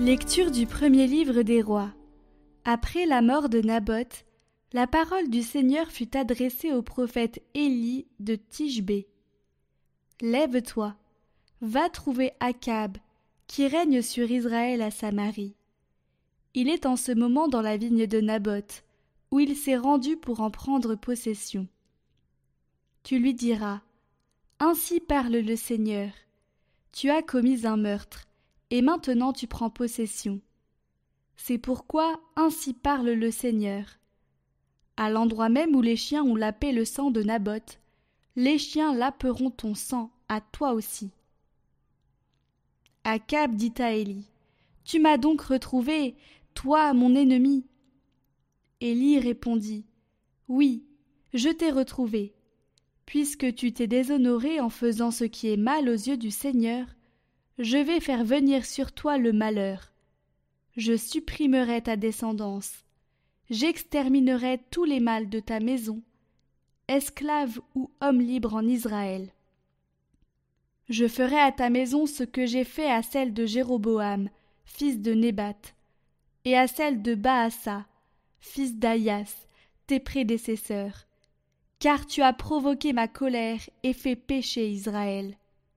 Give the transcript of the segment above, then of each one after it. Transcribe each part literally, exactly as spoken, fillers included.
Lecture du premier livre des rois. Après la mort de Naboth, la parole du Seigneur fut adressée au prophète Élie de Tishbé. Lève-toi, va trouver Akab, qui règne sur Israël à Samarie. Il est en ce moment dans la vigne de Naboth, où il s'est rendu pour en prendre possession. Tu lui diras: Ainsi parle le Seigneur. Tu as commis un meurtre, et maintenant tu prends possession. C'est pourquoi ainsi parle le Seigneur. À l'endroit même où les chiens ont lapé le sang de Naboth, les chiens laperont ton sang à toi aussi. Akab dit à Élie: Tu m'as donc retrouvé, toi mon ennemi. Élie répondit: Oui, je t'ai retrouvé. Puisque tu t'es déshonoré en faisant ce qui est mal aux yeux du Seigneur, je vais faire venir sur toi le malheur. Je supprimerai ta descendance. J'exterminerai tous les mâles de ta maison, esclave ou homme libre en Israël. Je ferai à ta maison ce que j'ai fait à celle de Jéroboam, fils de Nébat, et à celle de Baasa, fils d'Aïas, tes prédécesseurs, car tu as provoqué ma colère et fait pécher Israël.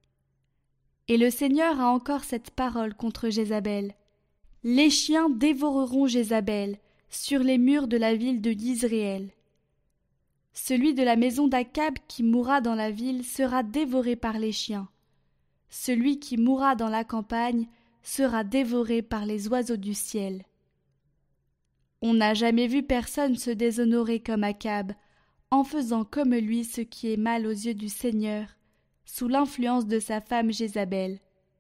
Et le Seigneur a encore cette parole contre Jézabel. Les chiens dévoreront Jézabel sur les murs de la ville de Yizréel. Celui de la maison d'Akab qui mourra dans la ville sera dévoré par les chiens. Celui qui mourra dans la campagne sera dévoré par les oiseaux du ciel. On n'a jamais vu personne se déshonorer comme Akab, en faisant comme lui ce qui est mal aux yeux du Seigneur, sous l'influence de sa femme Jézabel.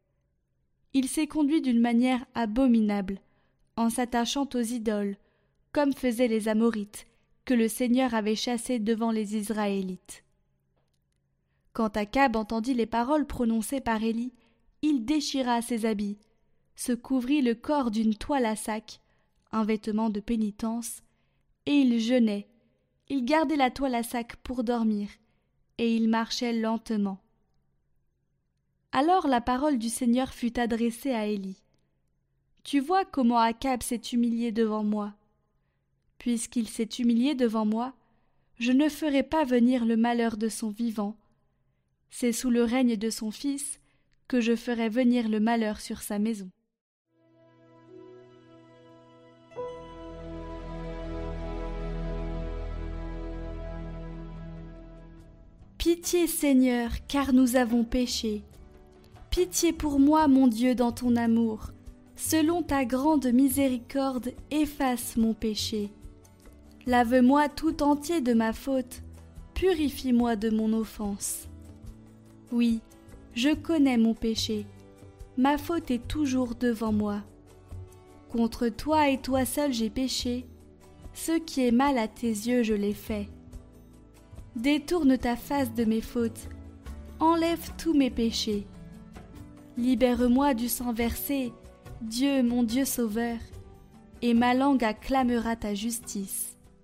Il s'est conduit d'une manière abominable, en s'attachant aux idoles, comme faisaient les Amorites, que le Seigneur avait chassés devant les Israélites. Quand Akab entendit les paroles prononcées par Élie, il déchira ses habits, se couvrit le corps d'une toile à sac, un vêtement de pénitence, et il jeûnait. Il gardait la toile à sac pour dormir, et il marchait lentement. Alors la parole du Seigneur fut adressée à Élie. Tu vois comment Akab s'est humilié devant moi. Puisqu'il s'est humilié devant moi, je ne ferai pas venir le malheur de son vivant. C'est sous le règne de son fils que je ferai venir le malheur sur sa maison. Pitié, Seigneur, car nous avons péché. Pitié pour moi, mon Dieu, dans ton amour. Selon ta grande miséricorde, efface mon péché. Lave-moi tout entier de ma faute, purifie-moi de mon offense. Oui, je connais mon péché, ma faute est toujours devant moi. Contre toi et toi seul j'ai péché, ce qui est mal à tes yeux je l'ai fait. Détourne ta face de mes fautes, enlève tous mes péchés. Libère-moi du sang versé, Dieu mon Dieu sauveur, et ma langue acclamera ta justice.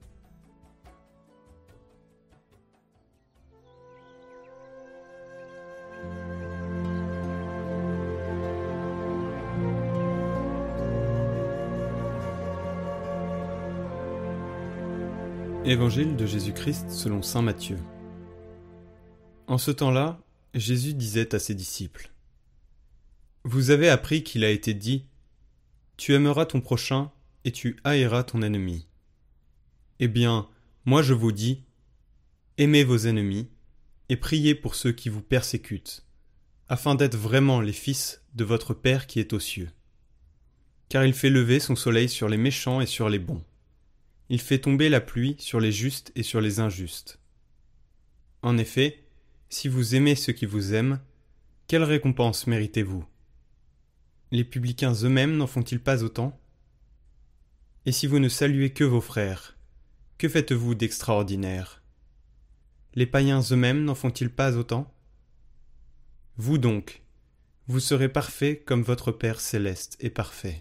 Évangile de Jésus-Christ selon saint Matthieu. En ce temps-là, Jésus disait à ses disciples: Vous avez appris qu'il a été dit: Tu aimeras ton prochain et tu haïras ton ennemi. Eh bien, moi je vous dis: aimez vos ennemis et priez pour ceux qui vous persécutent, afin d'être vraiment les fils de votre Père qui est aux cieux. Car il fait lever son soleil sur les méchants et sur les bons. Il fait tomber la pluie sur les justes et sur les injustes. En effet, si vous aimez ceux qui vous aiment, quelle récompense méritez-vous? Les publicains eux-mêmes n'en font-ils pas autant? Et si vous ne saluez que vos frères, que faites-vous d'extraordinaire? Les païens eux-mêmes n'en font-ils pas autant? Vous donc, vous serez parfaits comme votre Père céleste est parfait.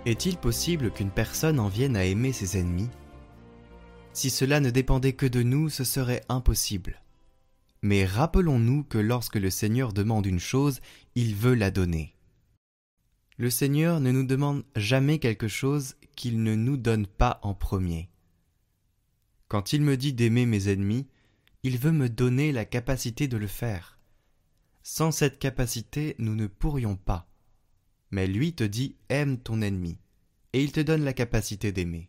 Est-il possible qu'une personne en vienne à aimer ses ennemis ? Si cela ne dépendait que de nous, ce serait impossible. Mais rappelons-nous que lorsque le Seigneur demande une chose, il veut la donner. Le Seigneur ne nous demande jamais quelque chose qu'il ne nous donne pas en premier. Quand il me dit d'aimer mes ennemis, il veut me donner la capacité de le faire. Sans cette capacité, nous ne pourrions pas. Mais lui te dit « aime ton ennemi » et il te donne la capacité d'aimer.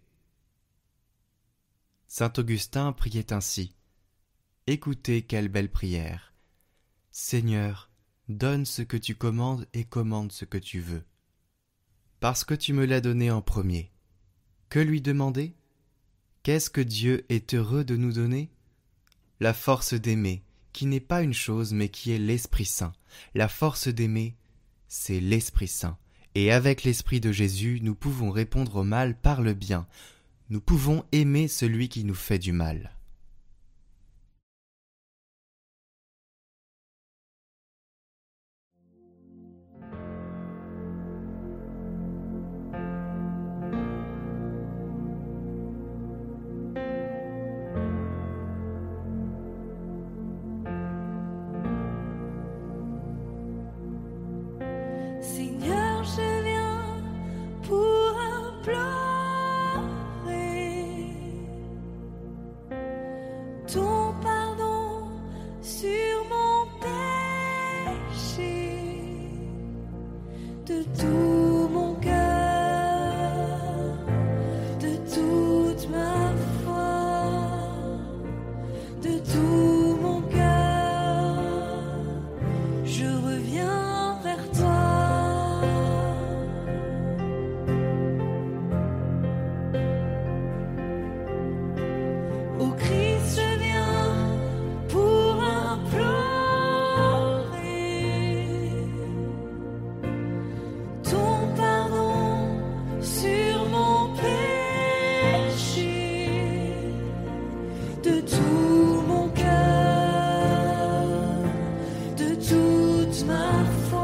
Saint Augustin priait ainsi. Écoutez quelle belle prière. Seigneur, donne ce que tu commandes et commande ce que tu veux. Parce que tu me l'as donné en premier. Que lui demander ? Qu'est-ce que Dieu est heureux de nous donner ? La force d'aimer, qui n'est pas une chose mais qui est l'Esprit Saint. La force d'aimer, c'est l'Esprit Saint. Et avec l'Esprit de Jésus, nous pouvons répondre au mal par le bien. Nous pouvons aimer celui qui nous fait du mal. Seigneur, je viens pour implorer ton pardon sur mon péché de tout mon cœur, de toute ma foi, de tout mon cœur, je reviens vers toi. Ô Christ, je viens pour implorer ton pardon sur mon péché de tout mon cœur, de toute ma foi.